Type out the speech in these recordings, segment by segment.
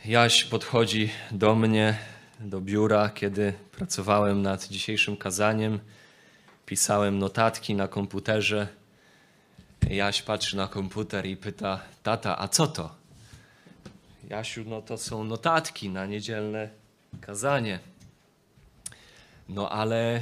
Jaś podchodzi do mnie, do biura, kiedy pracowałem nad dzisiejszym kazaniem. Pisałem notatki na komputerze. Jaś patrzy na komputer i pyta: tata, a co to? Jasiu, no to są notatki na niedzielne kazanie. No ale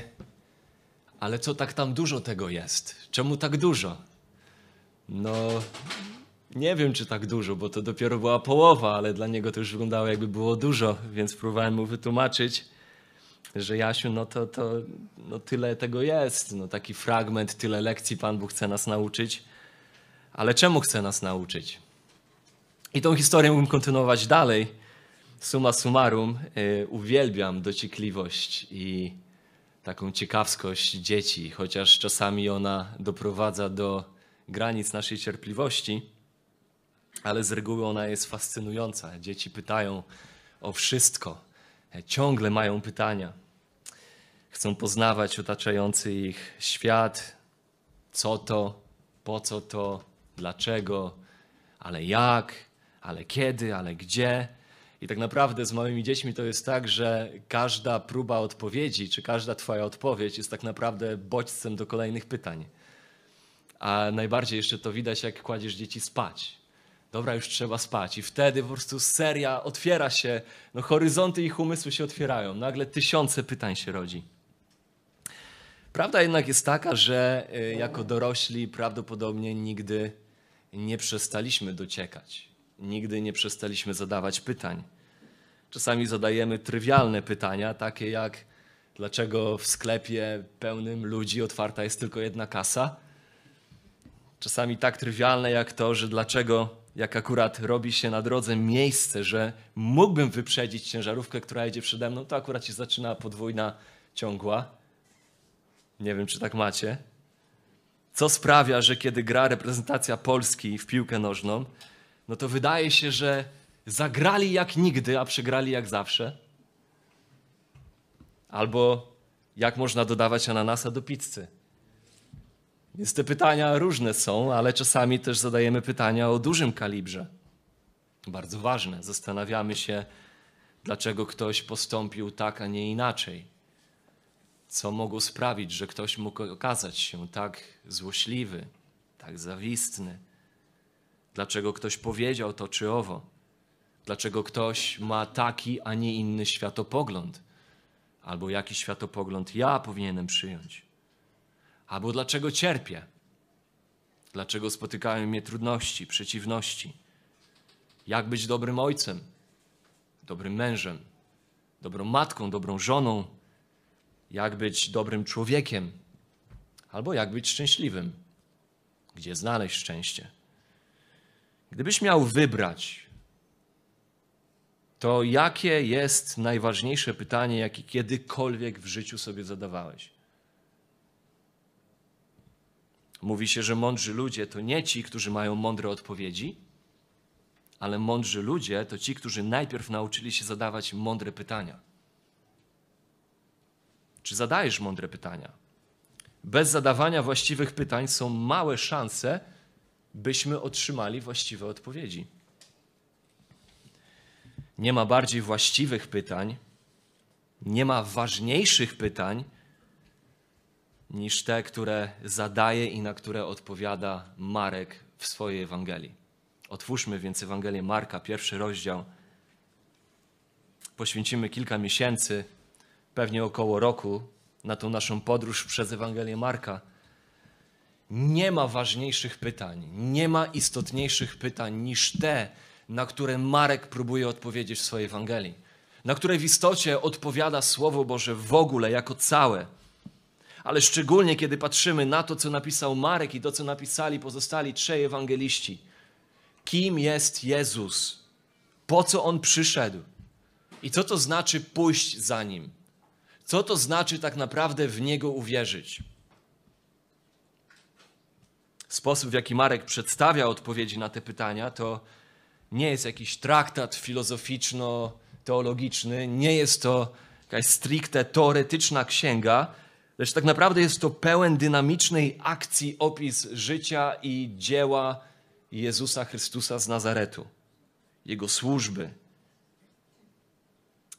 co tak tam dużo tego jest? Czemu tak dużo? No, nie wiem, czy tak dużo, bo to dopiero była połowa, ale dla niego to już wyglądało, jakby było dużo, więc próbowałem mu wytłumaczyć, że Jasiu, no tyle tego jest, no taki fragment, tyle lekcji Pan Bóg chce nas nauczyć, ale czemu chce nas nauczyć? I tą historię mógłbym kontynuować dalej. Summa summarum, uwielbiam dociekliwość i taką ciekawskość dzieci, chociaż czasami ona doprowadza do granic naszej cierpliwości, ale z reguły ona jest fascynująca. Dzieci pytają o wszystko, ciągle mają pytania. Chcą poznawać otaczający ich świat, co to, po co to, dlaczego, ale jak, ale kiedy, ale gdzie. I tak naprawdę z małymi dziećmi to jest tak, że każda próba odpowiedzi, czy każda twoja odpowiedź jest tak naprawdę bodźcem do kolejnych pytań. A najbardziej jeszcze to widać, jak kładziesz dzieci spać. Dobra, już trzeba spać. I wtedy po prostu seria otwiera się, no horyzonty ich umysłu się otwierają. Nagle tysiące pytań się rodzi. Prawda jednak jest taka, że jako dorośli prawdopodobnie nigdy nie przestaliśmy dociekać. Nigdy nie przestaliśmy zadawać pytań. Czasami zadajemy trywialne pytania, takie jak: dlaczego w sklepie pełnym ludzi otwarta jest tylko jedna kasa? Czasami tak trywialne jak to, że dlaczego, jak akurat robi się na drodze miejsce, że mógłbym wyprzedzić ciężarówkę, która jedzie przede mną, to akurat się zaczyna podwójna ciągła. Nie wiem, czy tak macie. Co sprawia, że kiedy gra reprezentacja Polski w piłkę nożną, no to wydaje się, że zagrali jak nigdy, a przegrali jak zawsze. Albo jak można dodawać ananasa do pizzy. Więc te pytania różne są, ale czasami też zadajemy pytania o dużym kalibrze. Bardzo ważne. Zastanawiamy się, dlaczego ktoś postąpił tak, a nie inaczej. Co mogło sprawić, że ktoś mógł okazać się tak złośliwy, tak zawistny? Dlaczego ktoś powiedział to czy owo? Dlaczego ktoś ma taki, a nie inny światopogląd? Albo jaki światopogląd ja powinienem przyjąć? Albo dlaczego cierpię? Dlaczego spotykają mnie trudności, przeciwności? Jak być dobrym ojcem, dobrym mężem, dobrą matką, dobrą żoną? Jak być dobrym człowiekiem? Albo jak być szczęśliwym? Gdzie znaleźć szczęście? Gdybyś miał wybrać, to jakie jest najważniejsze pytanie, jakie kiedykolwiek w życiu sobie zadawałeś? Mówi się, że mądrzy ludzie to nie ci, którzy mają mądre odpowiedzi, ale mądrzy ludzie to ci, którzy najpierw nauczyli się zadawać mądre pytania. Czy zadajesz mądre pytania? Bez zadawania właściwych pytań są małe szanse, byśmy otrzymali właściwe odpowiedzi. Nie ma bardziej właściwych pytań, nie ma ważniejszych pytań niż te, które zadaje i na które odpowiada Marek w swojej Ewangelii. Otwórzmy więc Ewangelię Marka, 1 rozdział. Poświęcimy kilka miesięcy, pewnie około roku, na tą naszą podróż przez Ewangelię Marka. Nie ma ważniejszych pytań, nie ma istotniejszych pytań niż te, na które Marek próbuje odpowiedzieć w swojej Ewangelii. Na które w istocie odpowiada Słowo Boże w ogóle, jako całe. Ale szczególnie, kiedy patrzymy na to, co napisał Marek i to, co napisali pozostali trzej ewangeliści. Kim jest Jezus? Po co On przyszedł? I co to znaczy pójść za Nim? Co to znaczy tak naprawdę w Niego uwierzyć? Sposób, w jaki Marek przedstawia odpowiedzi na te pytania, to nie jest jakiś traktat filozoficzno-teologiczny, nie jest to jakaś stricte teoretyczna księga, lecz tak naprawdę jest to pełen dynamicznej akcji opis życia i dzieła Jezusa Chrystusa z Nazaretu, Jego służby,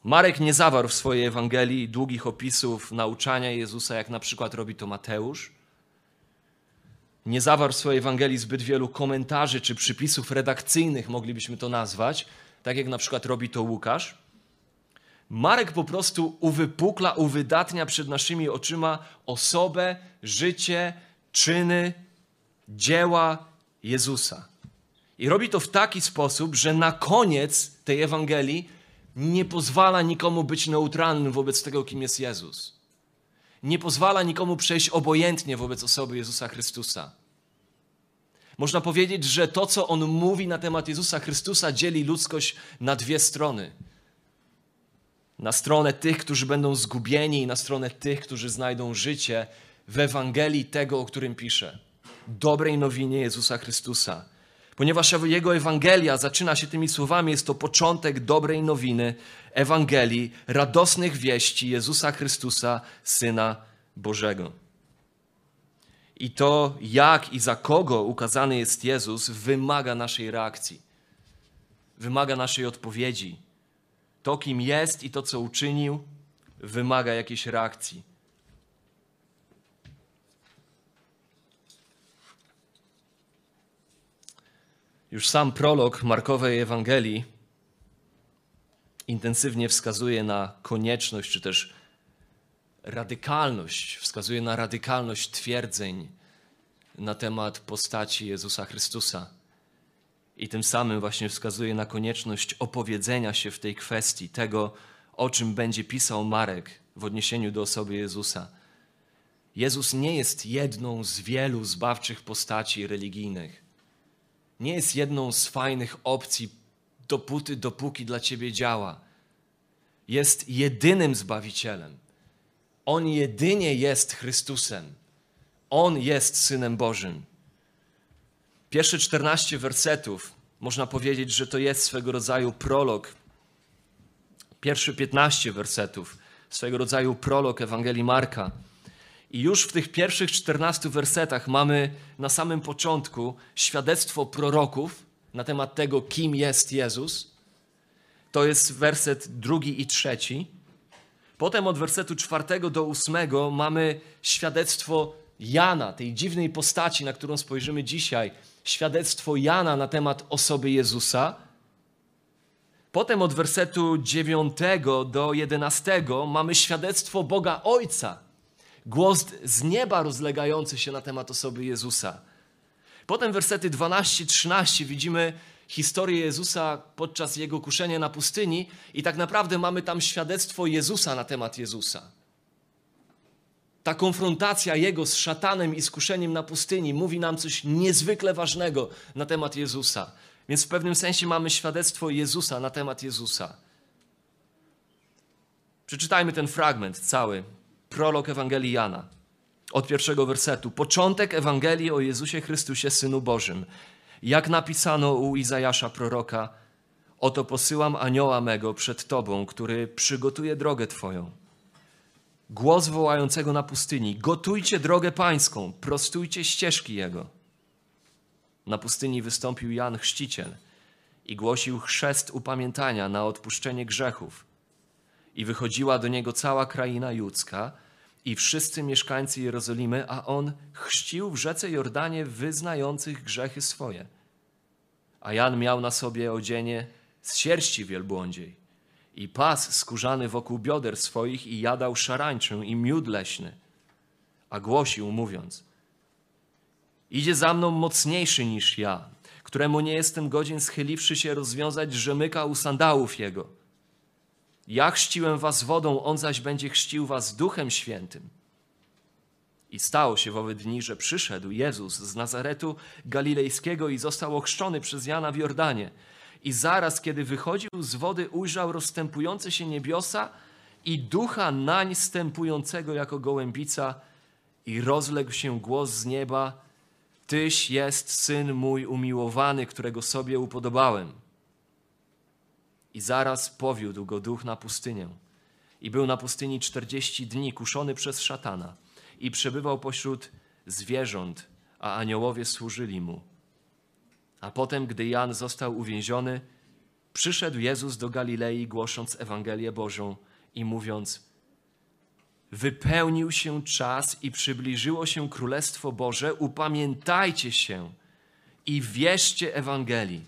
Marek nie zawarł w swojej Ewangelii długich opisów nauczania Jezusa, jak na przykład robi to Mateusz. Nie zawarł w swojej Ewangelii zbyt wielu komentarzy czy przypisów redakcyjnych, moglibyśmy to nazwać, tak jak na przykład robi to Łukasz. Marek po prostu uwypukla, uwydatnia przed naszymi oczyma osobę, życie, czyny, dzieła Jezusa. I robi to w taki sposób, że na koniec tej Ewangelii nie pozwala nikomu być neutralnym wobec tego, kim jest Jezus. Nie pozwala nikomu przejść obojętnie wobec osoby Jezusa Chrystusa. Można powiedzieć, że to, co on mówi na temat Jezusa Chrystusa, dzieli ludzkość na dwie strony. Na stronę tych, którzy będą zgubieni, i na stronę tych, którzy znajdą życie w Ewangelii tego, o którym pisze. Dobrej nowinie Jezusa Chrystusa. Ponieważ jego Ewangelia zaczyna się tymi słowami, jest to początek dobrej nowiny, Ewangelii, radosnych wieści Jezusa Chrystusa, Syna Bożego. I to, jak i za kogo ukazany jest Jezus, wymaga naszej reakcji. Wymaga naszej odpowiedzi. To, kim jest i to, co uczynił, wymaga jakiejś reakcji. Już sam prolog Markowej Ewangelii intensywnie wskazuje na konieczność, czy też wskazuje na radykalność twierdzeń na temat postaci Jezusa Chrystusa. I tym samym właśnie wskazuje na konieczność opowiedzenia się w tej kwestii, tego, o czym będzie pisał Marek w odniesieniu do osoby Jezusa. Jezus nie jest jedną z wielu zbawczych postaci religijnych. Nie jest jedną z fajnych opcji, dopóki dla ciebie działa. Jest jedynym Zbawicielem. On jedynie jest Chrystusem. On jest Synem Bożym. Pierwsze 14 wersetów, można powiedzieć, że to jest swego rodzaju prolog. Pierwsze 15 wersetów, swego rodzaju prolog Ewangelii Marka. I już w tych pierwszych 14 wersetach mamy na samym początku świadectwo proroków na temat tego, kim jest Jezus. To jest werset 2 i 3. Potem od wersetu 4 do 8 mamy świadectwo Jana, tej dziwnej postaci, na którą spojrzymy dzisiaj. Świadectwo Jana na temat osoby Jezusa. Potem od wersetu 9 do 11 mamy świadectwo Boga Ojca. Głos z nieba rozlegający się na temat osoby Jezusa. Potem wersety 12-13 widzimy historię Jezusa podczas Jego kuszenia na pustyni i tak naprawdę mamy tam świadectwo Jezusa na temat Jezusa. Ta konfrontacja Jego z szatanem i z kuszeniem na pustyni mówi nam coś niezwykle ważnego na temat Jezusa. Więc w pewnym sensie mamy świadectwo Jezusa na temat Jezusa. Przeczytajmy ten fragment cały. Prolog Ewangelii Jana. Od pierwszego wersetu. Początek Ewangelii o Jezusie Chrystusie, Synu Bożym. Jak napisano u Izajasza proroka, oto posyłam anioła mego przed Tobą, który przygotuje drogę Twoją. Głos wołającego na pustyni. Gotujcie drogę Pańską, prostujcie ścieżki Jego. Na pustyni wystąpił Jan Chrzciciel i głosił chrzest upamiętania na odpuszczenie grzechów. I wychodziła do niego cała kraina judzka i wszyscy mieszkańcy Jerozolimy, a on chrzcił w rzece Jordanie wyznających grzechy swoje. A Jan miał na sobie odzienie z sierści wielbłądziej i pas skórzany wokół bioder swoich i jadał szarańczę i miód leśny. A głosił, mówiąc, idzie za mną mocniejszy niż ja, któremu nie jestem godzien, schyliwszy się, rozwiązać rzemyka u sandałów jego. Ja chrzciłem was wodą, on zaś będzie chrzcił was Duchem Świętym. I stało się w owe dni, że przyszedł Jezus z Nazaretu Galilejskiego i został ochrzczony przez Jana w Jordanie. I zaraz, kiedy wychodził z wody, ujrzał rozstępujące się niebiosa i Ducha nań stępującego jako gołębica i rozległ się głos z nieba: Tyś jest Syn mój umiłowany, którego sobie upodobałem. I zaraz powiódł go Duch na pustynię. I był na pustyni 40 dni, kuszony przez szatana. I przebywał pośród zwierząt, a aniołowie służyli mu. A potem, gdy Jan został uwięziony, Przyszedł Jezus do Galilei, głosząc Ewangelię Bożą i mówiąc: wypełnił się czas i przybliżyło się Królestwo Boże, upamiętajcie się i wierzcie Ewangelii.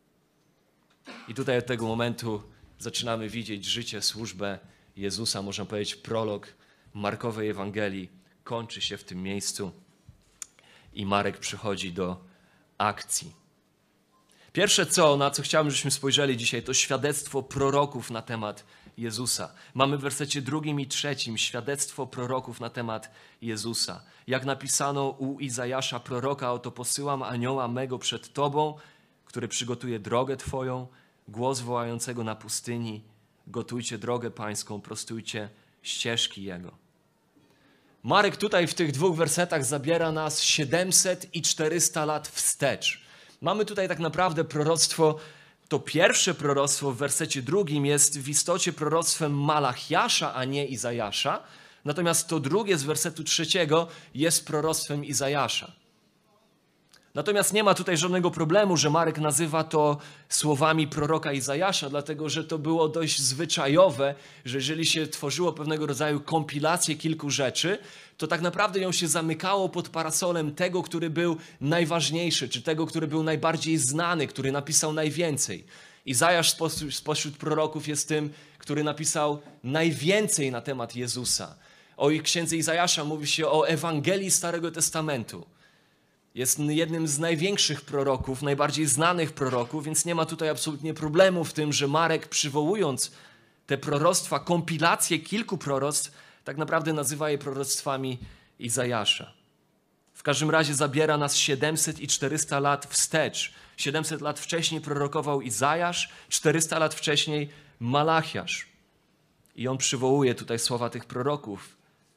I tutaj od tego momentu zaczynamy widzieć życie, służbę Jezusa, można powiedzieć prolog Markowej Ewangelii kończy się w tym miejscu i Marek przychodzi do akcji. Pierwsze na co chciałbym, żebyśmy spojrzeli dzisiaj, to świadectwo proroków na temat Jezusa. Mamy w wersecie 2 i 3 świadectwo proroków na temat Jezusa. Jak napisano u Izajasza proroka: oto posyłam anioła mego przed Tobą, który przygotuje drogę Twoją, głos wołającego na pustyni: gotujcie drogę Pańską, prostujcie ścieżki Jego. Marek tutaj w tych 2 wersetach zabiera nas 700 i 400 lat wstecz. Mamy tutaj tak naprawdę proroctwo, to pierwsze proroctwo w wersecie 2 jest w istocie proroctwem Malachiasza, a nie Izajasza. Natomiast to drugie z wersetu 3 jest proroctwem Izajasza. Natomiast nie ma tutaj żadnego problemu, że Marek nazywa to słowami proroka Izajasza, dlatego że to było dość zwyczajowe, że jeżeli się tworzyło pewnego rodzaju kompilację kilku rzeczy, to tak naprawdę ją się zamykało pod parasolem tego, który był najważniejszy, czy tego, który był najbardziej znany, który napisał najwięcej. Izajasz spośród proroków jest tym, który napisał najwięcej na temat Jezusa. O księdze Izajasza mówi się o Ewangelii Starego Testamentu. Jest jednym z największych proroków, najbardziej znanych proroków, więc nie ma tutaj absolutnie problemu w tym, że Marek, przywołując te proroctwa, kompilację kilku proroctw, tak naprawdę nazywa je proroctwami Izajasza. W każdym razie zabiera nas 700 i 400 lat wstecz. 700 lat wcześniej prorokował Izajasz, 400 lat wcześniej Malachiasz. I on przywołuje tutaj słowa tych proroków.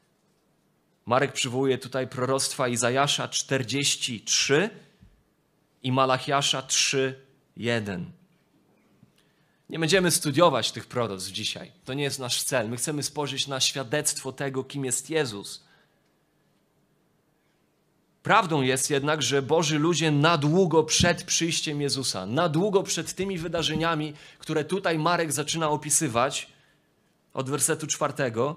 Marek przywołuje tutaj proroctwa Izajasza 43 i Malachiasza 3:1. Nie będziemy studiować tych proroctw dzisiaj. To nie jest nasz cel. My chcemy spojrzeć na świadectwo tego, kim jest Jezus. Prawdą jest jednak, że Boży ludzie na długo przed przyjściem Jezusa, na długo przed tymi wydarzeniami, które tutaj Marek zaczyna opisywać, od wersetu 4,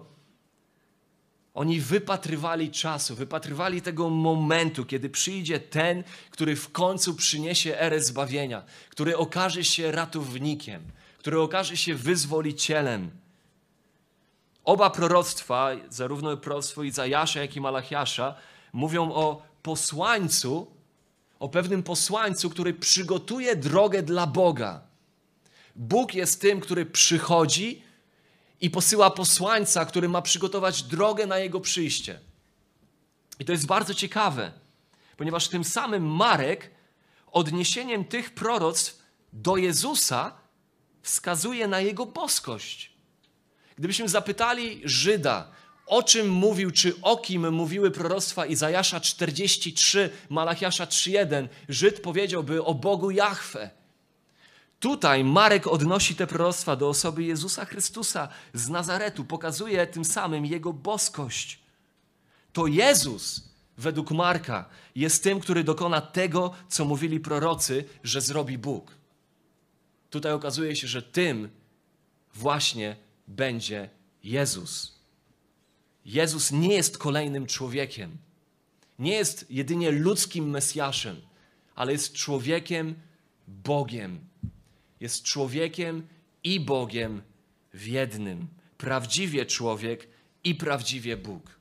oni wypatrywali czasu, wypatrywali tego momentu, kiedy przyjdzie ten, który w końcu przyniesie erę zbawienia, który okaże się ratownikiem, który okaże się wyzwolicielem. Oba proroctwa, zarówno proroctwo Izajasza, jak i Malachiasza, mówią o posłańcu, o pewnym posłańcu, który przygotuje drogę dla Boga. Bóg jest tym, który przychodzi i posyła posłańca, który ma przygotować drogę na Jego przyjście. I to jest bardzo ciekawe, ponieważ tym samym Marek odniesieniem tych proroctw do Jezusa wskazuje na Jego boskość. Gdybyśmy zapytali Żyda, o czym mówił, czy o kim mówiły proroctwa Izajasza 43, Malachiasza 3:1, Żyd powiedziałby o Bogu Jahwe. Tutaj Marek odnosi te proroctwa do osoby Jezusa Chrystusa z Nazaretu. Pokazuje tym samym Jego boskość. To Jezus, według Marka, jest tym, który dokona tego, co mówili prorocy, że zrobi Bóg. Tutaj okazuje się, że tym właśnie będzie Jezus. Jezus nie jest kolejnym człowiekiem. Nie jest jedynie ludzkim Mesjaszem, ale jest człowiekiem Bogiem. Jest człowiekiem i Bogiem w jednym. Prawdziwie człowiek i prawdziwie Bóg.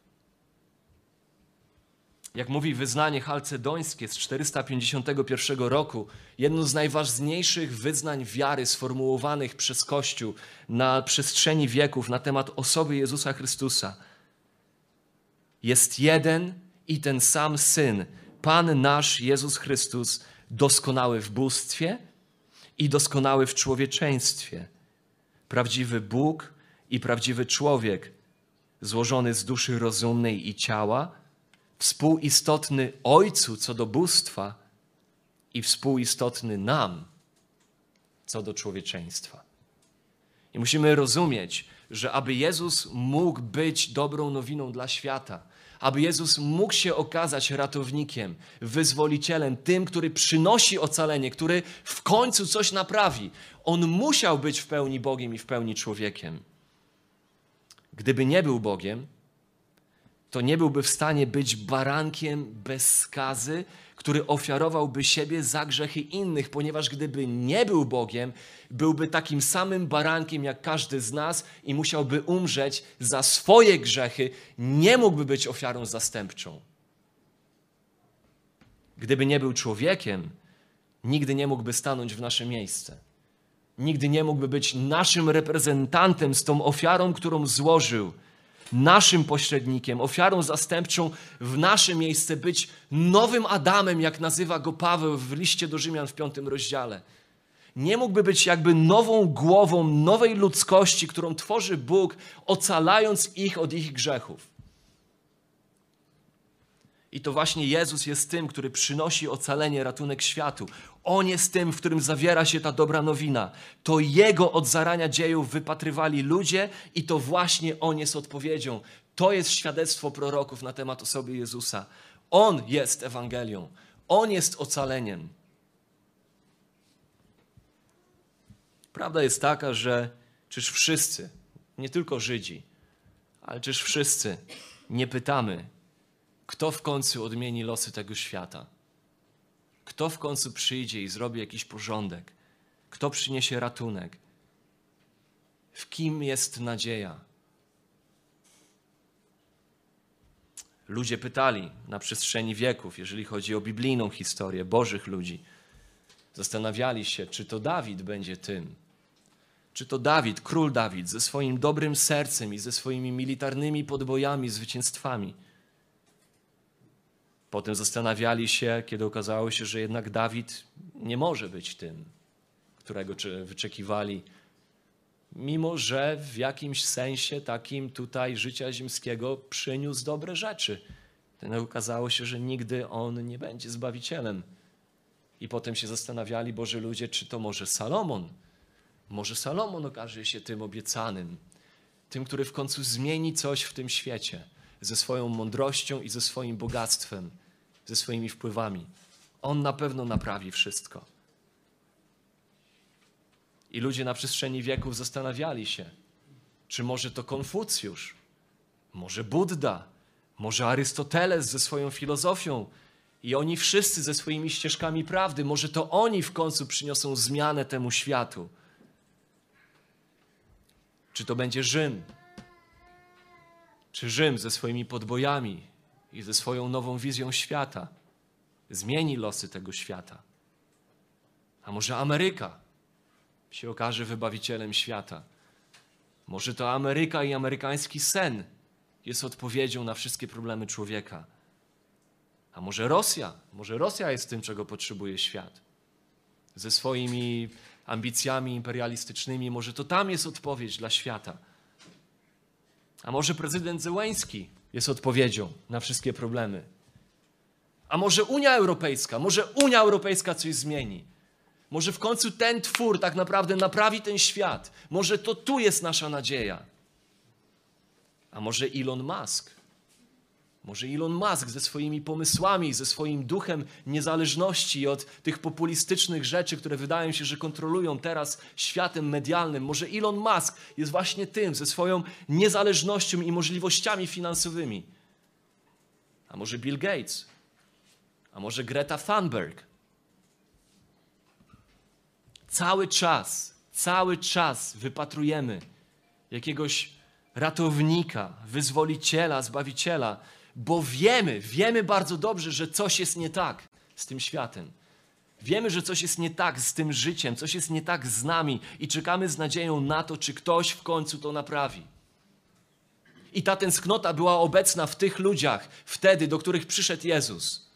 Jak mówi wyznanie chalcedońskie z 451 roku, jedno z najważniejszych wyznań wiary sformułowanych przez Kościół na przestrzeni wieków na temat osoby Jezusa Chrystusa. Jest jeden i ten sam Syn, Pan nasz Jezus Chrystus, doskonały w bóstwie i doskonały w człowieczeństwie. Prawdziwy Bóg i prawdziwy człowiek, złożony z duszy rozumnej i ciała, współistotny Ojcu co do bóstwa i współistotny nam co do człowieczeństwa. I musimy rozumieć, że aby Jezus mógł być dobrą nowiną dla świata, aby Jezus mógł się okazać ratownikiem, wyzwolicielem, tym, który przynosi ocalenie, który w końcu coś naprawi. On musiał być w pełni Bogiem i w pełni człowiekiem. Gdyby nie był Bogiem, to nie byłby w stanie być barankiem bez skazy, który ofiarowałby siebie za grzechy innych, ponieważ gdyby nie był Bogiem, byłby takim samym barankiem jak każdy z nas i musiałby umrzeć za swoje grzechy, nie mógłby być ofiarą zastępczą. Gdyby nie był człowiekiem, nigdy nie mógłby stanąć w nasze miejsce. Nigdy nie mógłby być naszym reprezentantem z tą ofiarą, którą złożył, naszym pośrednikiem, ofiarą zastępczą w nasze miejsce, być nowym Adamem, jak nazywa go Paweł w liście do Rzymian w 5 rozdziale. Nie mógłby być jakby nową głową nowej ludzkości, którą tworzy Bóg, ocalając ich od ich grzechów. I to właśnie Jezus jest tym, który przynosi ocalenie, ratunek światu. On jest tym, w którym zawiera się ta dobra nowina. To Jego od zarania dziejów wypatrywali ludzie i to właśnie On jest odpowiedzią. To jest świadectwo proroków na temat osoby Jezusa. On jest Ewangelią. On jest ocaleniem. Prawda jest taka, że czyż wszyscy, nie tylko Żydzi, ale czyż wszyscy nie pytamy, kto w końcu odmieni losy tego świata? Kto w końcu przyjdzie i zrobi jakiś porządek? Kto przyniesie ratunek? W kim jest nadzieja? Ludzie pytali na przestrzeni wieków, jeżeli chodzi o biblijną historię Bożych ludzi. Zastanawiali się, czy to Dawid będzie tym. Czy to Dawid, król Dawid, ze swoim dobrym sercem i ze swoimi militarnymi podbojami, zwycięstwami. Potem zastanawiali się, kiedy okazało się, że jednak Dawid nie może być tym, którego wyczekiwali, mimo że w jakimś sensie takim tutaj życia ziemskiego przyniósł dobre rzeczy. Jednak okazało się, że nigdy on nie będzie Zbawicielem. I potem się zastanawiali Boży ludzie, czy to może Salomon. Może Salomon okaże się tym obiecanym, tym, który w końcu zmieni coś w tym świecie ze swoją mądrością i ze swoim bogactwem, ze swoimi wpływami. On na pewno naprawi wszystko. I ludzie na przestrzeni wieków zastanawiali się, czy może to Konfucjusz, może Budda, może Arystoteles ze swoją filozofią i oni wszyscy ze swoimi ścieżkami prawdy, może to oni w końcu przyniosą zmianę temu światu. Czy to będzie Rzym? Czy Rzym ze swoimi podbojami i ze swoją nową wizją świata zmieni losy tego świata? A może Ameryka się okaże wybawicielem świata? Może to Ameryka i amerykański sen jest odpowiedzią na wszystkie problemy człowieka? A może Rosja? Może Rosja jest tym, czego potrzebuje świat? Ze swoimi ambicjami imperialistycznymi, może to tam jest odpowiedź dla świata. A może prezydent Zełenski jest odpowiedzią na wszystkie problemy. A może Unia Europejska coś zmieni. Może w końcu ten twór tak naprawdę naprawi ten świat. Może to tu jest nasza nadzieja. A może Elon Musk. Może Elon Musk ze swoimi pomysłami, ze swoim duchem niezależności od tych populistycznych rzeczy, które wydają się, że kontrolują teraz światem medialnym. Może Elon Musk jest właśnie tym, ze swoją niezależnością i możliwościami finansowymi. A może Bill Gates. A może Greta Thunberg. Cały czas wypatrujemy jakiegoś ratownika, wyzwoliciela, zbawiciela, bo wiemy bardzo dobrze, że coś jest nie tak z tym światem. Wiemy, że coś jest nie tak z tym życiem, coś jest nie tak z nami i czekamy z nadzieją na to, czy ktoś w końcu to naprawi. I ta tęsknota była obecna w tych ludziach wtedy, do których przyszedł Jezus.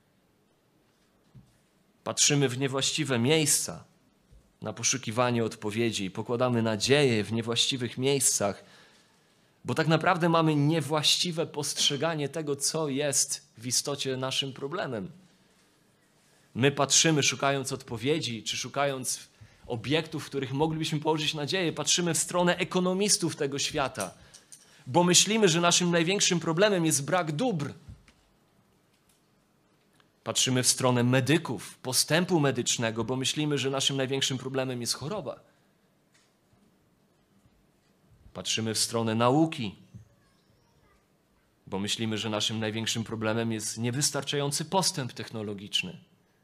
Patrzymy w niewłaściwe miejsca na poszukiwanie odpowiedzi i pokładamy nadzieję w niewłaściwych miejscach, bo tak naprawdę mamy niewłaściwe postrzeganie tego, co jest w istocie naszym problemem. My patrzymy, szukając odpowiedzi, czy szukając obiektów, w których moglibyśmy położyć nadzieję, patrzymy w stronę ekonomistów tego świata. bo myślimy, że naszym największym problemem jest brak dóbr. Patrzymy w stronę medyków, postępu medycznego, bo myślimy, że naszym największym problemem jest choroba. Patrzymy w stronę nauki, bo myślimy, że naszym największym problemem jest niewystarczający postęp technologiczny.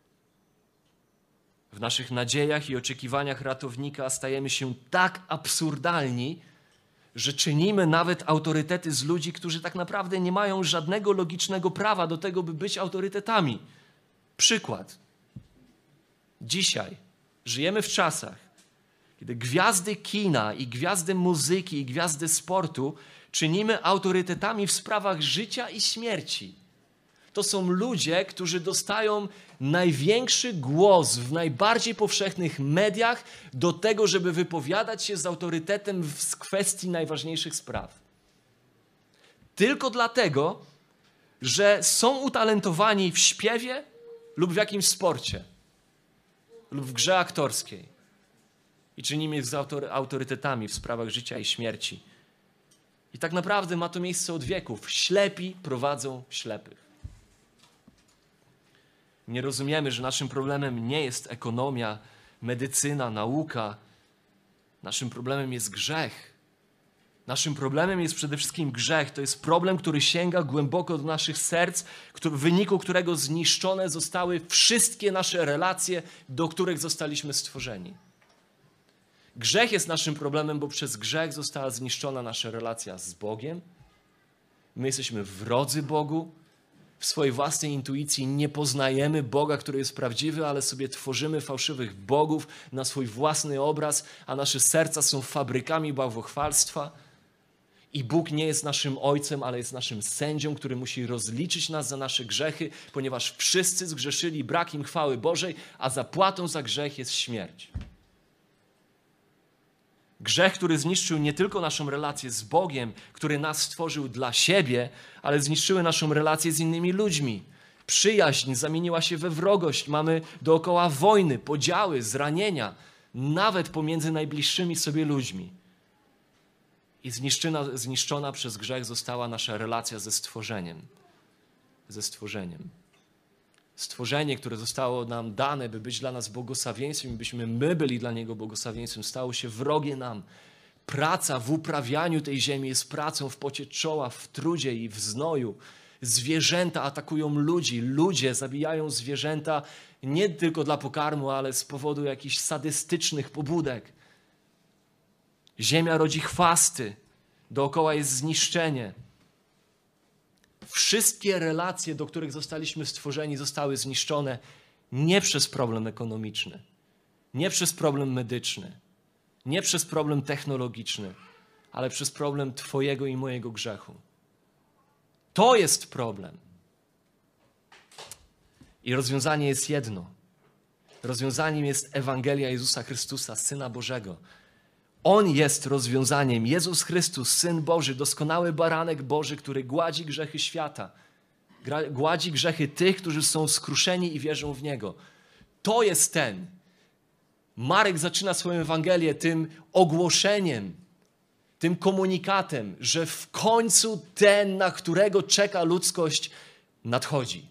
W naszych nadziejach i oczekiwaniach ratownika stajemy się tak absurdalni, że czynimy nawet autorytety z ludzi, którzy tak naprawdę nie mają żadnego logicznego prawa do tego, by być autorytetami. Przykład. Dzisiaj żyjemy w czasach, kiedy gwiazdy kina i gwiazdy muzyki i gwiazdy sportu czynimy autorytetami w sprawach życia i śmierci. To są ludzie, którzy dostają największy głos w najbardziej powszechnych mediach do tego, żeby wypowiadać się z autorytetem w kwestii najważniejszych spraw. Tylko dlatego, że są utalentowani w śpiewie lub w jakimś sporcie lub w grze aktorskiej i czynimy ich z autorytetami w sprawach życia i śmierci. I tak naprawdę ma to miejsce od wieków. Ślepi prowadzą ślepych. Nie rozumiemy, że naszym problemem nie jest ekonomia, medycyna, nauka. Naszym problemem jest grzech. Naszym problemem jest przede wszystkim grzech. To jest problem, który sięga głęboko do naszych serc, w wyniku którego zniszczone zostały wszystkie nasze relacje, do których zostaliśmy stworzeni. Grzech jest naszym problemem, bo przez grzech została zniszczona nasza relacja z Bogiem. My jesteśmy wrodzy Bogu. W swojej własnej intuicji nie poznajemy Boga, który jest prawdziwy, ale sobie tworzymy fałszywych bogów na swój własny obraz, a nasze serca są fabrykami bałwochwalstwa. I Bóg nie jest naszym Ojcem, ale jest naszym sędzią, który musi rozliczyć nas za nasze grzechy, ponieważ wszyscy zgrzeszyli, brak im chwały Bożej, a zapłatą za grzech jest śmierć. Grzech, który zniszczył nie tylko naszą relację z Bogiem, który nas stworzył dla siebie, ale zniszczyły naszą relację z innymi ludźmi. Przyjaźń zamieniła się we wrogość. Mamy dookoła wojny, podziały, zranienia, nawet pomiędzy najbliższymi sobie ludźmi. I zniszczona przez grzech została nasza relacja ze stworzeniem. Stworzenie, które zostało nam dane, by być dla nas błogosławieństwem, byśmy my byli dla Niego błogosławieństwem, stało się wrogie nam. Praca w uprawianiu tej ziemi jest pracą w pocie czoła, w trudzie i w znoju. Zwierzęta atakują ludzi. Ludzie zabijają zwierzęta nie tylko dla pokarmu, ale z powodu jakichś sadystycznych pobudek. Ziemia rodzi chwasty. Dookoła jest zniszczenie. Wszystkie relacje, do których zostaliśmy stworzeni, zostały zniszczone nie przez problem ekonomiczny, nie przez problem medyczny, nie przez problem technologiczny, ale przez problem Twojego i mojego grzechu. To jest problem. I rozwiązanie jest jedno. Rozwiązaniem jest Ewangelia Jezusa Chrystusa, Syna Bożego. On jest rozwiązaniem. Jezus Chrystus, Syn Boży, doskonały baranek Boży, który gładzi grzechy świata. Gładzi grzechy tych, którzy są skruszeni i wierzą w Niego. To jest ten. Marek zaczyna swoją Ewangelię tym ogłoszeniem, tym komunikatem, że w końcu ten, na którego czeka ludzkość, nadchodzi.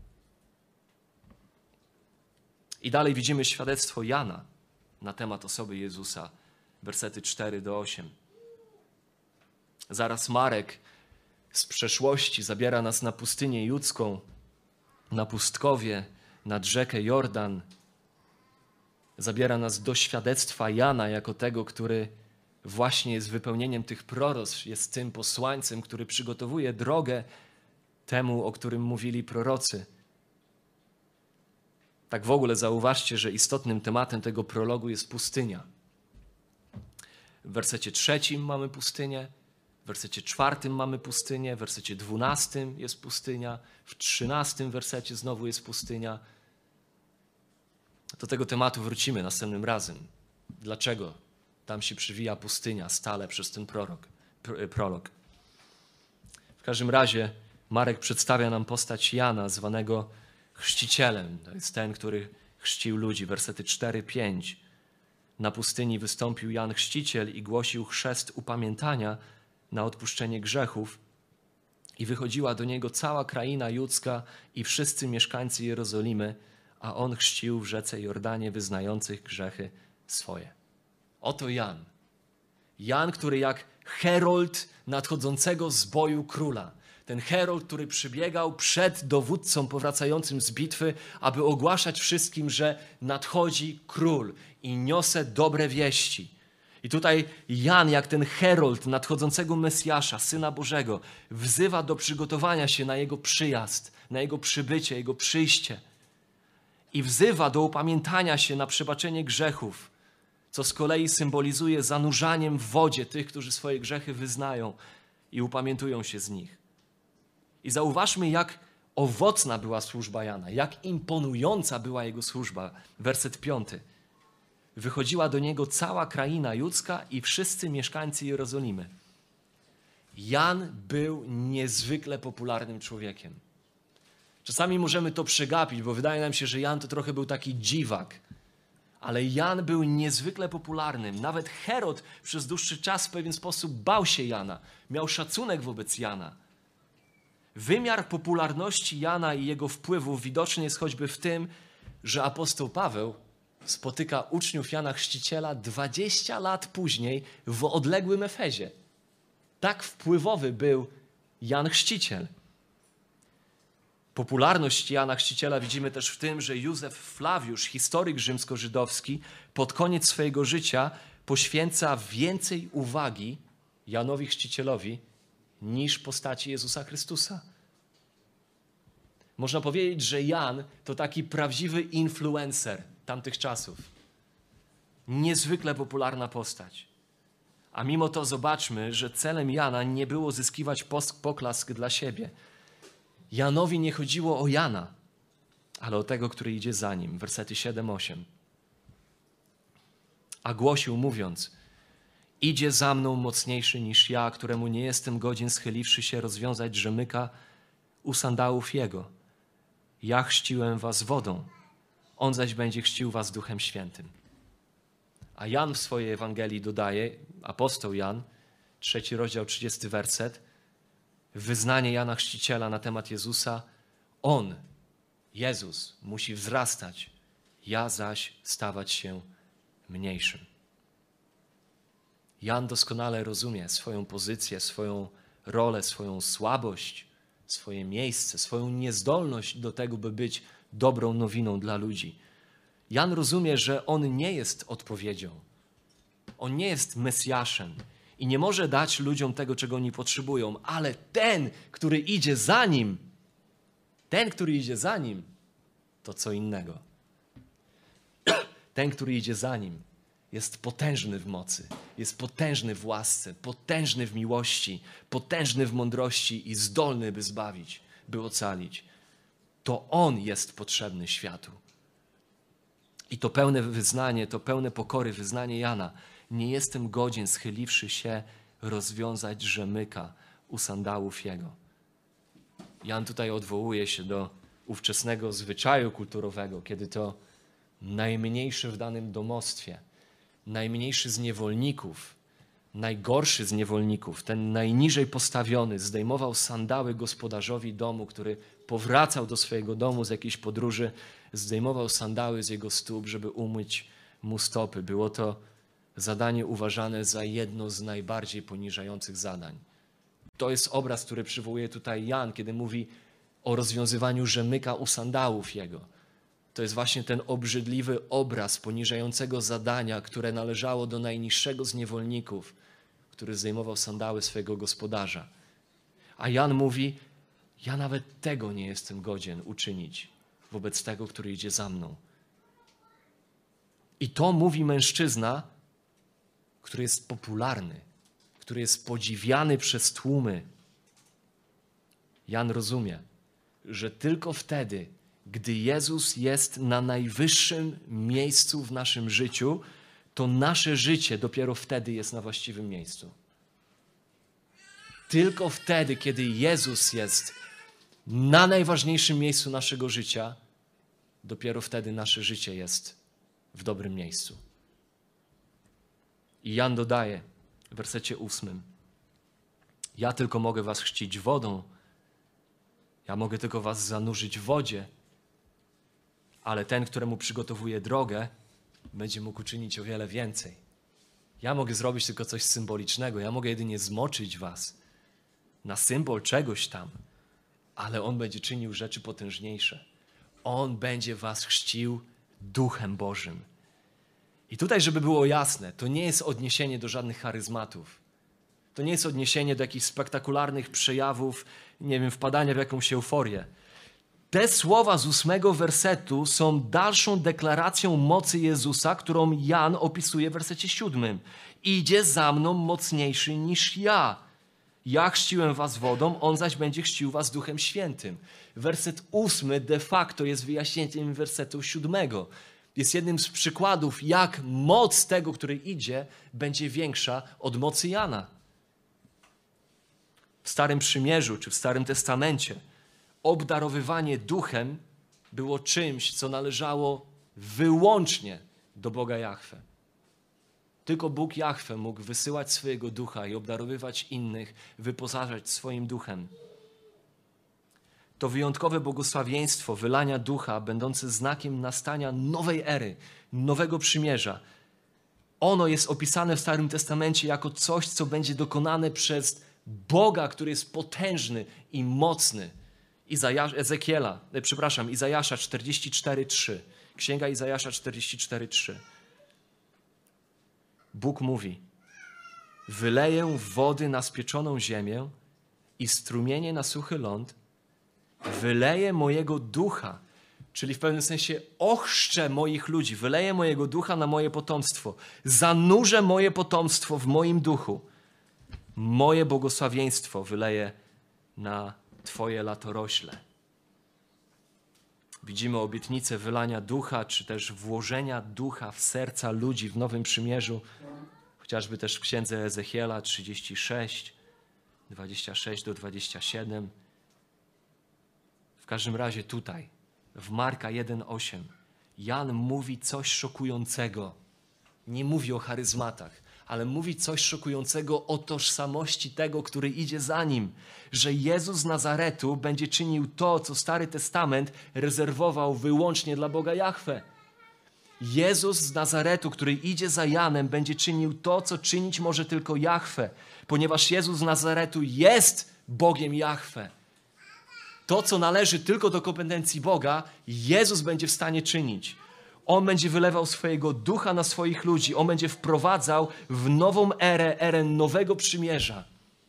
I dalej widzimy świadectwo Jana na temat osoby Jezusa. Wersety 4-8. Zaraz Marek z przeszłości zabiera nas na pustynię judzką, na pustkowie, nad rzekę Jordan. Zabiera nas do świadectwa Jana jako tego, który właśnie jest wypełnieniem tych proroctw, jest tym posłańcem, który przygotowuje drogę temu, o którym mówili prorocy. Tak w ogóle zauważcie, że istotnym tematem tego prologu jest pustynia. W wersecie 3 mamy pustynię, w wersecie 4 mamy pustynię, w wersecie 12 jest pustynia, w 13 wersecie znowu jest pustynia. Do tego tematu wrócimy następnym razem. Dlaczego tam się przywija pustynia stale przez ten prolog? W każdym razie Marek przedstawia nam postać Jana, zwanego chrzcicielem. To jest ten, który chrzcił ludzi. Wersety 4-5. Na pustyni wystąpił Jan Chrzciciel i głosił chrzest upamiętania na odpuszczenie grzechów i wychodziła do niego cała kraina judzka i wszyscy mieszkańcy Jerozolimy, a on chrzcił w rzece Jordanie wyznających grzechy swoje. Oto Jan. Jan, który jak herold nadchodzącego zboju króla. Ten herold, który przybiegał przed dowódcą powracającym z bitwy, aby ogłaszać wszystkim, że nadchodzi król i niosę dobre wieści. I tutaj Jan, jak ten herold nadchodzącego Mesjasza, Syna Bożego, wzywa do przygotowania się na Jego przyjazd, na Jego przybycie, Jego przyjście. I wzywa do upamiętania się na przebaczenie grzechów, co z kolei symbolizuje zanurzaniem w wodzie tych, którzy swoje grzechy wyznają i upamiętują się z nich. I zauważmy, jak owocna była służba Jana, jak imponująca była jego służba. Werset 5. Wychodziła do niego cała kraina judzka i wszyscy mieszkańcy Jerozolimy. Jan był niezwykle popularnym człowiekiem. Czasami możemy to przegapić, bo wydaje nam się, że Jan to trochę był taki dziwak. Ale Jan był niezwykle popularnym. Nawet Herod przez dłuższy czas w pewien sposób bał się Jana. Miał szacunek wobec Jana. Wymiar popularności Jana i jego wpływu widoczny jest choćby w tym, że apostoł Paweł spotyka uczniów Jana Chrzciciela 20 lat później w odległym Efezie. Tak wpływowy był Jan Chrzciciel. Popularność Jana Chrzciciela widzimy też w tym, że Józef Flawiusz, historyk rzymsko-żydowski, pod koniec swojego życia poświęca więcej uwagi Janowi Chrzcicielowi niż postaci Jezusa Chrystusa. Można powiedzieć, że Jan to taki prawdziwy influencer tamtych czasów. Niezwykle popularna postać. A mimo to zobaczmy, że celem Jana nie było zyskiwać poklask dla siebie. Janowi nie chodziło o Jana, ale o tego, który idzie za nim. Wersety 7-8. A głosił mówiąc: idzie za mną mocniejszy niż ja, któremu nie jestem godzien, schyliwszy się, rozwiązać rzemyka u sandałów jego. Ja chrzciłem was wodą, on zaś będzie chrzcił was Duchem Świętym. A Jan w swojej Ewangelii dodaje, apostoł Jan, 3 rozdział, 30 werset, wyznanie Jana Chrzciciela na temat Jezusa: on, Jezus, musi wzrastać, ja zaś stawać się mniejszym. Jan doskonale rozumie swoją pozycję, swoją rolę, swoją słabość, swoje miejsce, swoją niezdolność do tego, by być dobrą nowiną dla ludzi. Jan rozumie, że on nie jest odpowiedzią. On nie jest Mesjaszem i nie może dać ludziom tego, czego oni potrzebują, ale ten, który idzie za nim, to co innego. Ten, który idzie za nim, jest potężny w mocy, jest potężny w łasce, potężny w miłości, potężny w mądrości i zdolny, by zbawić, by ocalić. To On jest potrzebny światu. I to pełne wyznanie, to pełne pokory wyznanie Jana: nie jestem godzien, schyliwszy się, rozwiązać rzemyka u sandałów jego. Jan tutaj odwołuje się do ówczesnego zwyczaju kulturowego, kiedy to najmniejszy w danym domostwie, najmniejszy z niewolników, najgorszy z niewolników, ten najniżej postawiony, zdejmował sandały gospodarzowi domu, który powracał do swojego domu z jakiejś podróży, zdejmował sandały z jego stóp, żeby umyć mu stopy. Było to zadanie uważane za jedno z najbardziej poniżających zadań. To jest obraz, który przywołuje tutaj Jan, kiedy mówi o rozwiązywaniu rzemyka u sandałów jego. To jest właśnie ten obrzydliwy obraz poniżającego zadania, które należało do najniższego z niewolników, który zdejmował sandały swojego gospodarza. A Jan mówi: ja nawet tego nie jestem godzien uczynić wobec tego, który idzie za mną. I to mówi mężczyzna, który jest popularny, który jest podziwiany przez tłumy. Jan rozumie, że tylko wtedy, gdy Jezus jest na najwyższym miejscu w naszym życiu, to nasze życie dopiero wtedy jest na właściwym miejscu. Tylko wtedy, kiedy Jezus jest na najważniejszym miejscu naszego życia, dopiero wtedy nasze życie jest w dobrym miejscu. I Jan dodaje w wersecie 8: Ja tylko mogę was chrzcić wodą. Ja mogę tylko was zanurzyć w wodzie. Ale ten, któremu przygotowuje drogę, będzie mógł uczynić o wiele więcej. Ja mogę zrobić tylko coś symbolicznego. Ja mogę jedynie zmoczyć was na symbol czegoś tam. Ale On będzie czynił rzeczy potężniejsze. On będzie was chrzcił Duchem Bożym. I tutaj, żeby było jasne, to nie jest odniesienie do żadnych charyzmatów. To nie jest odniesienie do jakichś spektakularnych przejawów, nie wiem, wpadania w jakąś euforię. Te słowa z 8 wersetu są dalszą deklaracją mocy Jezusa, którą Jan opisuje w wersecie 7. Idzie za mną mocniejszy niż ja. Ja chrzciłem was wodą, on zaś będzie chrzcił was Duchem Świętym. Werset 8 de facto jest wyjaśnieniem wersetu 7. Jest jednym z przykładów, jak moc tego, który idzie, będzie większa od mocy Jana. W Starym Przymierzu czy w Starym Testamencie obdarowywanie Duchem było czymś, co należało wyłącznie do Boga Jahwe. Tylko Bóg Jahwe mógł wysyłać swojego Ducha i obdarowywać innych, wyposażać swoim Duchem. To wyjątkowe błogosławieństwo wylania Ducha, będące znakiem nastania nowej ery, nowego przymierza. Ono jest opisane w Starym Testamencie jako coś, co będzie dokonane przez Boga, który jest potężny i mocny. Izajasza 44:3. Księga Izajasza 44:3. Bóg mówi: wyleję wody na spieczoną ziemię i strumienie na suchy ląd, wyleję mojego ducha, czyli w pewnym sensie ochrzczę moich ludzi, wyleję mojego ducha na moje potomstwo, zanurzę moje potomstwo w moim duchu, moje błogosławieństwo wyleję na twoje latorośle. Widzimy obietnicę wylania ducha, czy też włożenia ducha w serca ludzi w Nowym Przymierzu, chociażby też w księdze Ezechiela 36, 26-27. W każdym razie tutaj, w Marka 1:8, Jan mówi coś szokującego. Nie mówi o charyzmatach, ale mówi coś szokującego o tożsamości tego, który idzie za nim. Że Jezus z Nazaretu będzie czynił to, co Stary Testament rezerwował wyłącznie dla Boga Jahwe. Jezus z Nazaretu, który idzie za Janem, będzie czynił to, co czynić może tylko Jahwe, ponieważ Jezus z Nazaretu jest Bogiem Jahwe. To, co należy tylko do kompetencji Boga, Jezus będzie w stanie czynić. On będzie wylewał swojego ducha na swoich ludzi. On będzie wprowadzał w nową erę nowego przymierza.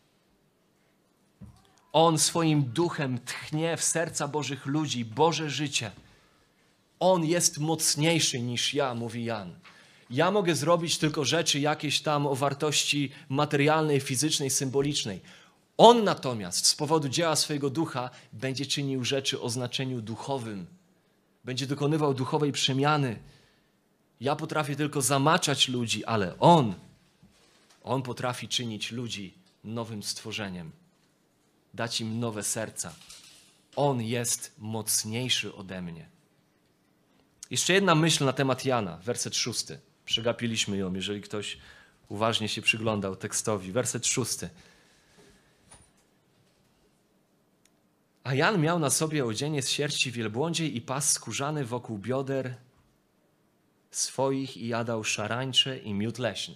On swoim duchem tchnie w serca Bożych ludzi Boże życie. On jest mocniejszy niż ja, mówi Jan. Ja mogę zrobić tylko rzeczy jakieś tam o wartości materialnej, fizycznej, symbolicznej. On natomiast z powodu dzieła swojego ducha będzie czynił rzeczy o znaczeniu duchowym. Będzie dokonywał duchowej przemiany. Ja potrafię tylko zamaczać ludzi, ale On potrafi czynić ludzi nowym stworzeniem. Dać im nowe serca. On jest mocniejszy ode mnie. Jeszcze jedna myśl na temat Jana, werset 6. Przegapiliśmy ją, jeżeli ktoś uważnie się przyglądał tekstowi. Werset 6. A Jan miał na sobie odzienie z sierści wielbłądziej i pas skórzany wokół bioder swoich i jadał szarańcze i miód leśny.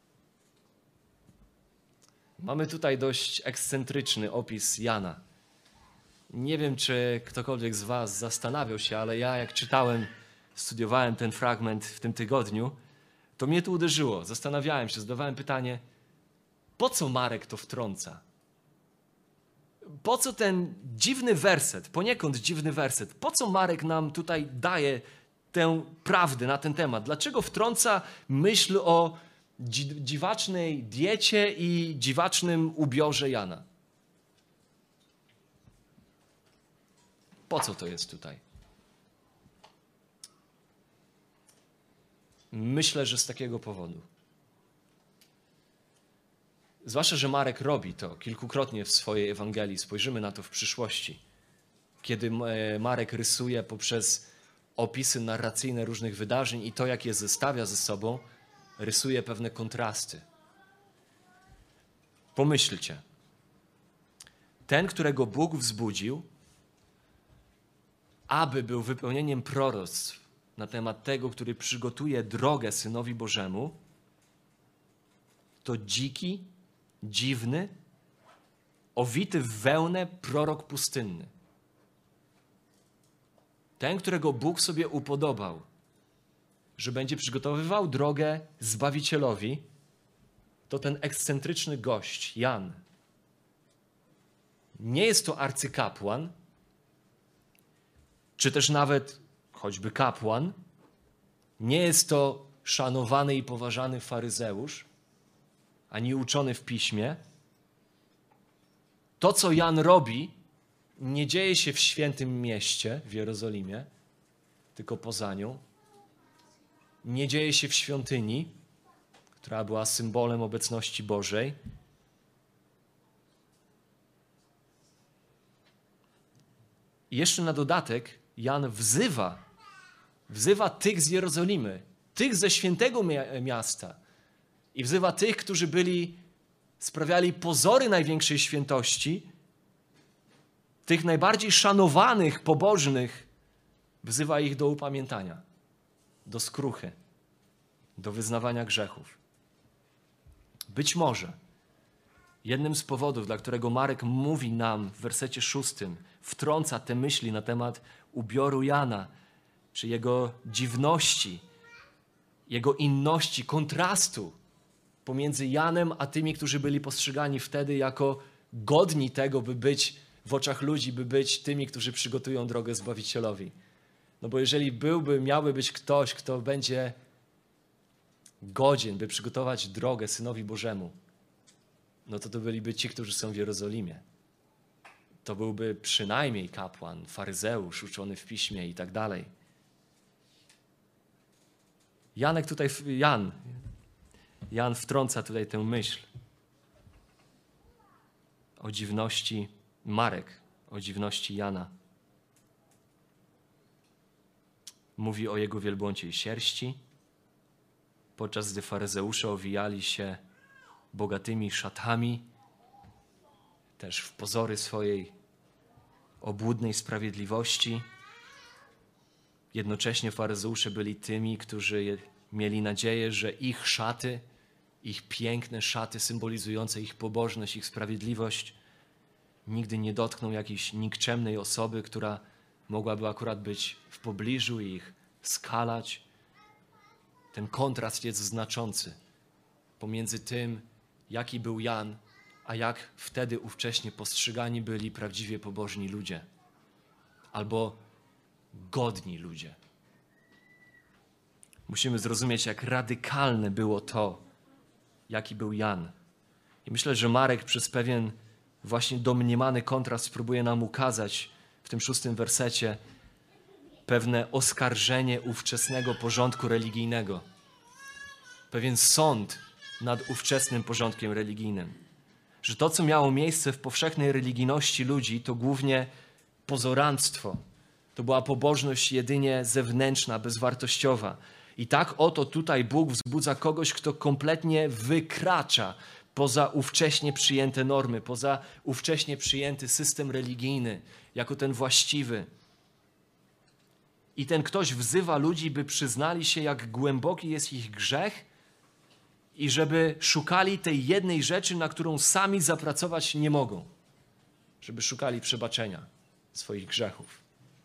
Mamy tutaj dość ekscentryczny opis Jana. Nie wiem, czy ktokolwiek z was zastanawiał się, ale ja jak czytałem, studiowałem ten fragment w tym tygodniu, to mnie to uderzyło. Zastanawiałem się, zadawałem pytanie, po co Marek to wtrąca? Po co ten dziwny werset, poniekąd dziwny werset, po co Marek nam tutaj daje tę prawdę na ten temat? Dlaczego wtrąca myśl o dziwacznej diecie i dziwacznym ubiorze Jana? Po co to jest tutaj? Myślę, że z takiego powodu. Zwłaszcza, że Marek robi to kilkukrotnie w swojej Ewangelii. Spojrzymy na to w przyszłości. Kiedy Marek rysuje poprzez opisy narracyjne różnych wydarzeń i to, jak je zestawia ze sobą, rysuje pewne kontrasty. Pomyślcie. ten, którego Bóg wzbudził, aby był wypełnieniem proroctw na temat tego, który przygotuje drogę Synowi Bożemu, to dziki, dziwny, owity w wełnę prorok pustynny. Ten, którego Bóg sobie upodobał, że będzie przygotowywał drogę Zbawicielowi, to ten ekscentryczny gość, Jan. Nie jest to arcykapłan, czy też nawet choćby kapłan. Nie jest to szanowany i poważany faryzeusz, ani uczony w piśmie. To, co Jan robi, nie dzieje się w świętym mieście, w Jerozolimie, tylko poza nią. Nie dzieje się w świątyni, która była symbolem obecności Bożej. I jeszcze na dodatek Jan wzywa tych z Jerozolimy, tych ze świętego miasta i wzywa tych, którzy sprawiali pozory największej świętości, tych najbardziej szanowanych, pobożnych, wzywa ich do upamiętania, do skruchy, do wyznawania grzechów. Być może jednym z powodów, dla którego Marek mówi nam w wersecie 6, wtrąca te myśli na temat ubioru Jana, czy jego dziwności, jego inności, kontrastu pomiędzy Janem a tymi, którzy byli postrzegani wtedy jako godni tego, by być w oczach ludzi, by być tymi, którzy przygotują drogę Zbawicielowi. No bo jeżeli miałby być ktoś, kto będzie godzien, by przygotować drogę Synowi Bożemu, no to byliby ci, którzy są w Jerozolimie. To byłby przynajmniej kapłan, faryzeusz, uczony w piśmie i tak dalej. Jan wtrąca tutaj tę myśl o dziwności, Marek o dziwności Jana. Mówi o jego wielbłąciej sierści, podczas gdy faryzeusze owijali się bogatymi szatami, też w pozory swojej obłudnej sprawiedliwości. Jednocześnie faryzeusze byli tymi, którzy mieli nadzieję, że ich szaty, ich piękne szaty symbolizujące ich pobożność, ich sprawiedliwość, nigdy nie dotkną jakiejś nikczemnej osoby, która mogłaby akurat być w pobliżu i ich skalać. Ten kontrast jest znaczący pomiędzy tym, jaki był Jan, a jak wtedy ówcześnie postrzegani byli prawdziwie pobożni ludzie albo godni ludzie. Musimy zrozumieć, jak radykalne było to, jaki był Jan. I myślę, że Marek przez pewien właśnie domniemany kontrast próbuje nam ukazać w tym 6 wersecie pewne oskarżenie ówczesnego porządku religijnego. Pewien sąd nad ówczesnym porządkiem religijnym. Że to, co miało miejsce w powszechnej religijności ludzi, to głównie pozoranstwo. To była pobożność jedynie zewnętrzna, bezwartościowa. I tak oto tutaj Bóg wzbudza kogoś, kto kompletnie wykracza poza ówcześnie przyjęte normy, poza ówcześnie przyjęty system religijny, jako ten właściwy. I ten ktoś wzywa ludzi, by przyznali się, jak głęboki jest ich grzech i żeby szukali tej jednej rzeczy, na którą sami zapracować nie mogą. Żeby szukali przebaczenia swoich grzechów.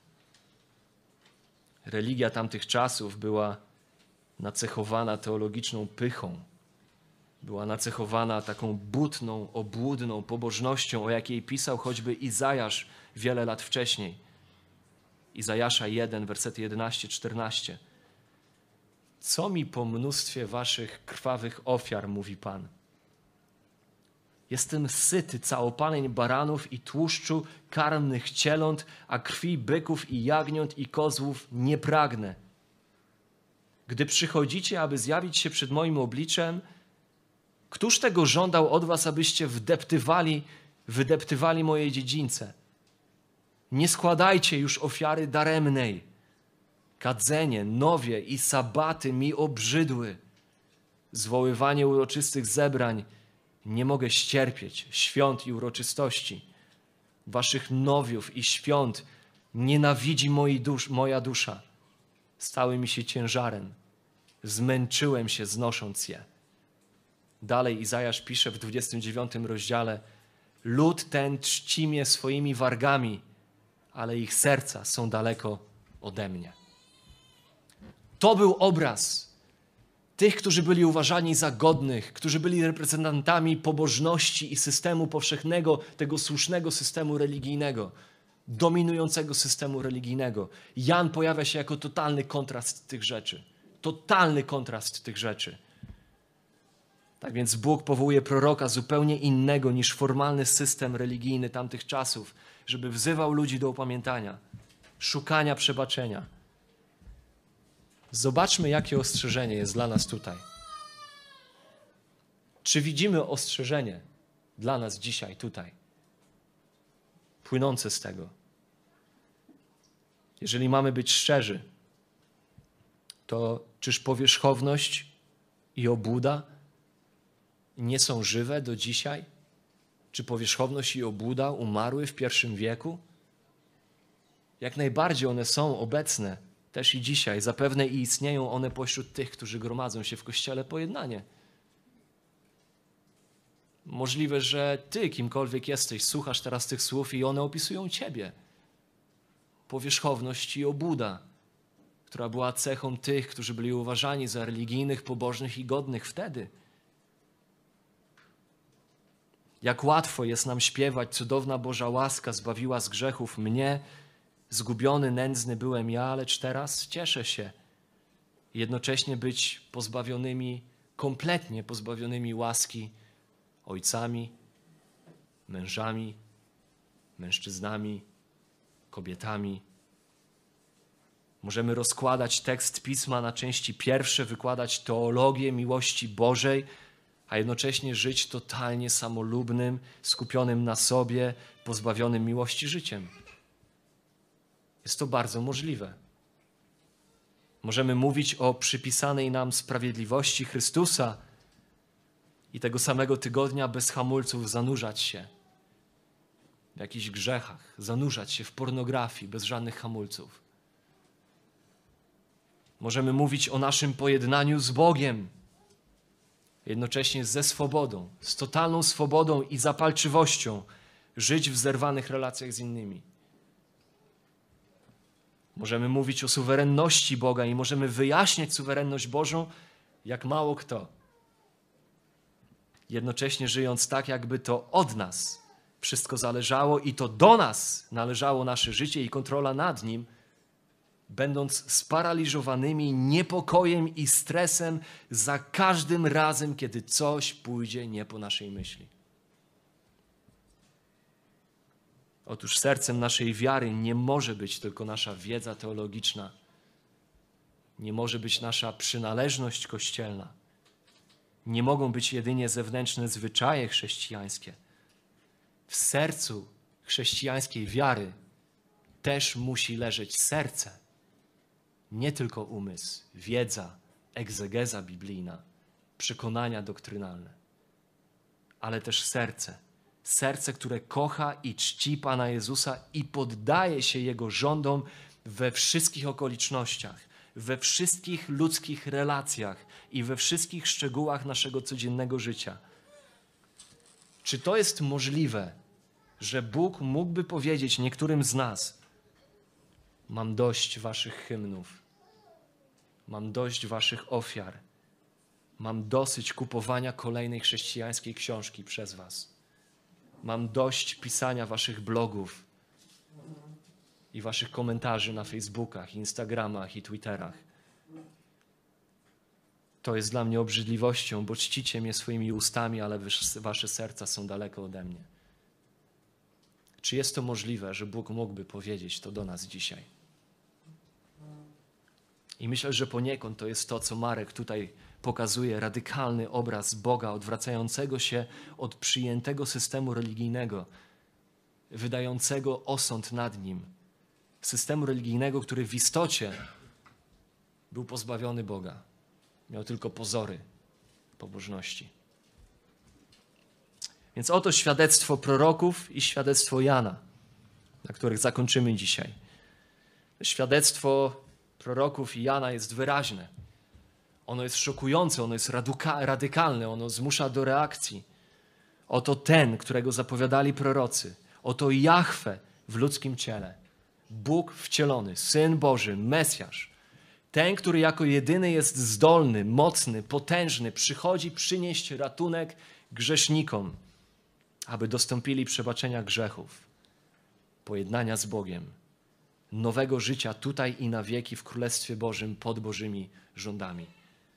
Religia tamtych czasów była nacechowana teologiczną pychą. Była nacechowana taką butną, obłudną pobożnością, o jakiej pisał choćby Izajasz wiele lat wcześniej. Izajasza 1, wersety 11-14. Co mi po mnóstwie waszych krwawych ofiar, mówi Pan. Jestem syty całopaleń baranów i tłuszczu karmnych cieląt, a krwi byków i jagniąt i kozłów nie pragnę. Gdy przychodzicie, aby zjawić się przed moim obliczem, któż tego żądał od was, abyście wydeptywali moje dziedzińce? Nie składajcie już ofiary daremnej. Kadzenie, nowie i sabaty mi obrzydły. Zwoływanie uroczystych zebrań nie mogę ścierpieć, świąt i uroczystości. waszych nowiów i świąt nienawidzi moja dusza. Stały mi się ciężarem. Zmęczyłem się znosząc je. Dalej Izajasz pisze w 29 rozdziale: lud ten czci mnie swoimi wargami, ale ich serca są daleko ode mnie. To był obraz tych, którzy byli uważani za godnych, którzy byli reprezentantami pobożności i systemu powszechnego, tego słusznego systemu religijnego, dominującego systemu religijnego. Jan pojawia się jako totalny kontrast tych rzeczy. Totalny kontrast tych rzeczy. Tak więc Bóg powołuje proroka zupełnie innego niż formalny system religijny tamtych czasów, żeby wzywał ludzi do opamiętania, szukania przebaczenia. Zobaczmy, jakie ostrzeżenie jest dla nas tutaj. Czy widzimy ostrzeżenie dla nas dzisiaj tutaj, płynące z tego? Jeżeli mamy być szczerzy, to czyż powierzchowność i obłuda nie są żywe do dzisiaj? Czy powierzchowność i obłuda umarły w I wieku? Jak najbardziej one są obecne też i dzisiaj. Zapewne i istnieją one pośród tych, którzy gromadzą się w Kościele Pojednanie. Możliwe, że ty, kimkolwiek jesteś, słuchasz teraz tych słów i one opisują ciebie. Powierzchowność i obłuda, która była cechą tych, którzy byli uważani za religijnych, pobożnych i godnych wtedy. Jak łatwo jest nam śpiewać: cudowna Boża łaska zbawiła z grzechów mnie, zgubiony, nędzny byłem ja, lecz teraz cieszę się. Jednocześnie być pozbawionymi, kompletnie pozbawionymi łaski ojcami, mężami, mężczyznami, kobietami. Możemy rozkładać tekst Pisma na części pierwsze, wykładać teologię miłości Bożej, a jednocześnie żyć totalnie samolubnym, skupionym na sobie, pozbawionym miłości życiem. Jest to bardzo możliwe. Możemy mówić o przypisanej nam sprawiedliwości Chrystusa i tego samego tygodnia bez hamulców zanurzać się w jakichś grzechach, zanurzać się w pornografii bez żadnych hamulców. Możemy mówić o naszym pojednaniu z Bogiem, jednocześnie ze swobodą, z totalną swobodą i zapalczywością żyć w zerwanych relacjach z innymi. Możemy mówić o suwerenności Boga i możemy wyjaśniać suwerenność Bożą jak mało kto. Jednocześnie żyjąc tak, jakby to od nas wszystko zależało i to do nas należało nasze życie i kontrola nad nim, będąc sparaliżowanymi niepokojem i stresem za każdym razem, kiedy coś pójdzie nie po naszej myśli. Otóż sercem naszej wiary nie może być tylko nasza wiedza teologiczna, nie może być nasza przynależność kościelna, nie mogą być jedynie zewnętrzne zwyczaje chrześcijańskie. W sercu chrześcijańskiej wiary też musi leżeć serce, nie tylko umysł, wiedza, egzegeza biblijna, przekonania doktrynalne, ale też serce. Serce, które kocha i czci Pana Jezusa i poddaje się Jego rządom we wszystkich okolicznościach, we wszystkich ludzkich relacjach i we wszystkich szczegółach naszego codziennego życia. Czy to jest możliwe, że Bóg mógłby powiedzieć niektórym z nas: mam dość waszych hymnów, mam dość waszych ofiar, mam dosyć kupowania kolejnej chrześcijańskiej książki przez was. Mam dość pisania waszych blogów i waszych komentarzy na Facebookach, Instagramach i Twitterach. To jest dla mnie obrzydliwością, bo czcicie mnie swoimi ustami, ale wasze serca są daleko ode mnie. Czy jest to możliwe, że Bóg mógłby powiedzieć to do nas dzisiaj? I myślę, że poniekąd to jest to, co Marek tutaj pokazuje, radykalny obraz Boga odwracającego się od przyjętego systemu religijnego, wydającego osąd nad nim. Systemu religijnego, który w istocie był pozbawiony Boga. Miał tylko pozory pobożności. Więc oto świadectwo proroków i świadectwo Jana. na których zakończymy dzisiaj. Świadectwo proroków i Jana jest wyraźne. Ono jest szokujące, ono jest radykalne, ono zmusza do reakcji. Oto ten, którego zapowiadali prorocy, oto Jahwe w ludzkim ciele, Bóg wcielony, Syn Boży, Mesjasz, ten, który jako jedyny jest zdolny, mocny, potężny, przychodzi przynieść ratunek grzesznikom, aby dostąpili przebaczenia grzechów, pojednania z Bogiem, nowego życia tutaj i na wieki w Królestwie Bożym pod Bożymi rządami.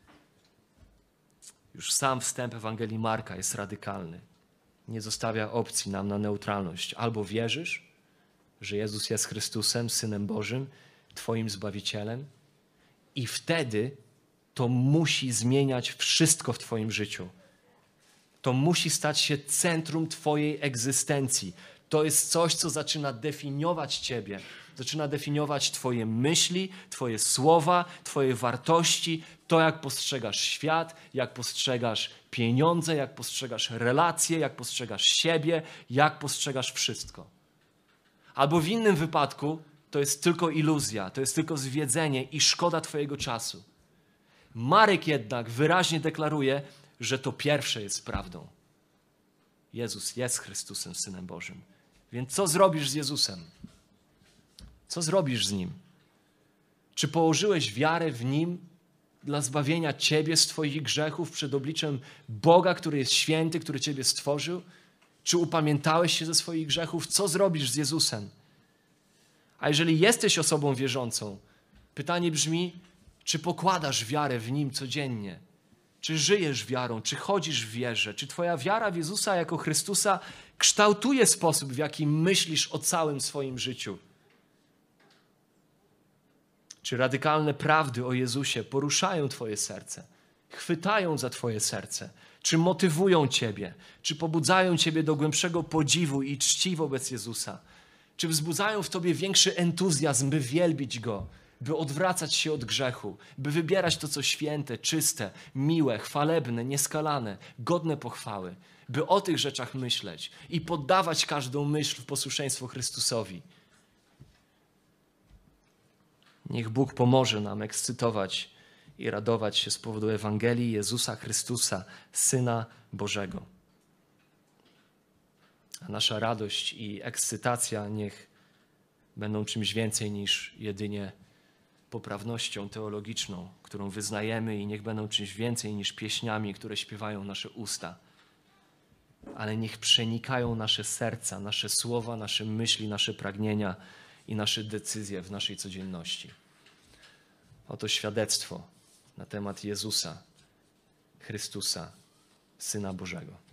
Już sam wstęp Ewangelii Marka jest radykalny. Nie zostawia opcji nam na neutralność. Albo wierzysz, że Jezus jest Chrystusem, Synem Bożym, Twoim Zbawicielem, i wtedy to musi zmieniać wszystko w Twoim życiu. To musi stać się centrum Twojej egzystencji. To jest coś, co zaczyna definiować Ciebie. Zaczyna definiować Twoje myśli, Twoje słowa, Twoje wartości, to jak postrzegasz świat, jak postrzegasz pieniądze, jak postrzegasz relacje, jak postrzegasz siebie, jak postrzegasz wszystko. Albo w innym wypadku to jest tylko iluzja, to jest tylko zwiedzenie i szkoda Twojego czasu. Marek jednak wyraźnie deklaruje, że to pierwsze jest prawdą. Jezus jest Chrystusem, Synem Bożym. Więc co zrobisz z Jezusem? Co zrobisz z Nim? Czy położyłeś wiarę w Nim dla zbawienia Ciebie z Twoich grzechów przed obliczem Boga, który jest święty, który Ciebie stworzył? Czy upamiętałeś się ze swoich grzechów? Co zrobisz z Jezusem? A jeżeli jesteś osobą wierzącą, pytanie brzmi, czy pokładasz wiarę w Nim codziennie? Czy żyjesz wiarą? Czy chodzisz w wierze? Czy Twoja wiara w Jezusa jako Chrystusa kształtuje sposób, w jaki myślisz o całym swoim życiu? Czy radykalne prawdy o Jezusie poruszają Twoje serce? Chwytają za Twoje serce? Czy motywują Ciebie? Czy pobudzają Ciebie do głębszego podziwu i czci wobec Jezusa? Czy wzbudzają w Tobie większy entuzjazm, by wielbić Go, by odwracać się od grzechu, by wybierać to, co święte, czyste, miłe, chwalebne, nieskalane, godne pochwały, by o tych rzeczach myśleć i poddawać każdą myśl w posłuszeństwo Chrystusowi? Niech Bóg pomoże nam ekscytować i radować się z powodu Ewangelii Jezusa Chrystusa, Syna Bożego. A nasza radość i ekscytacja niech będą czymś więcej niż jedynie poprawnością teologiczną, którą wyznajemy, i niech będą czymś więcej niż pieśniami, które śpiewają nasze usta. Ale niech przenikają nasze serca, nasze słowa, nasze myśli, nasze pragnienia i nasze decyzje w naszej codzienności. Oto świadectwo na temat Jezusa, Chrystusa, Syna Bożego.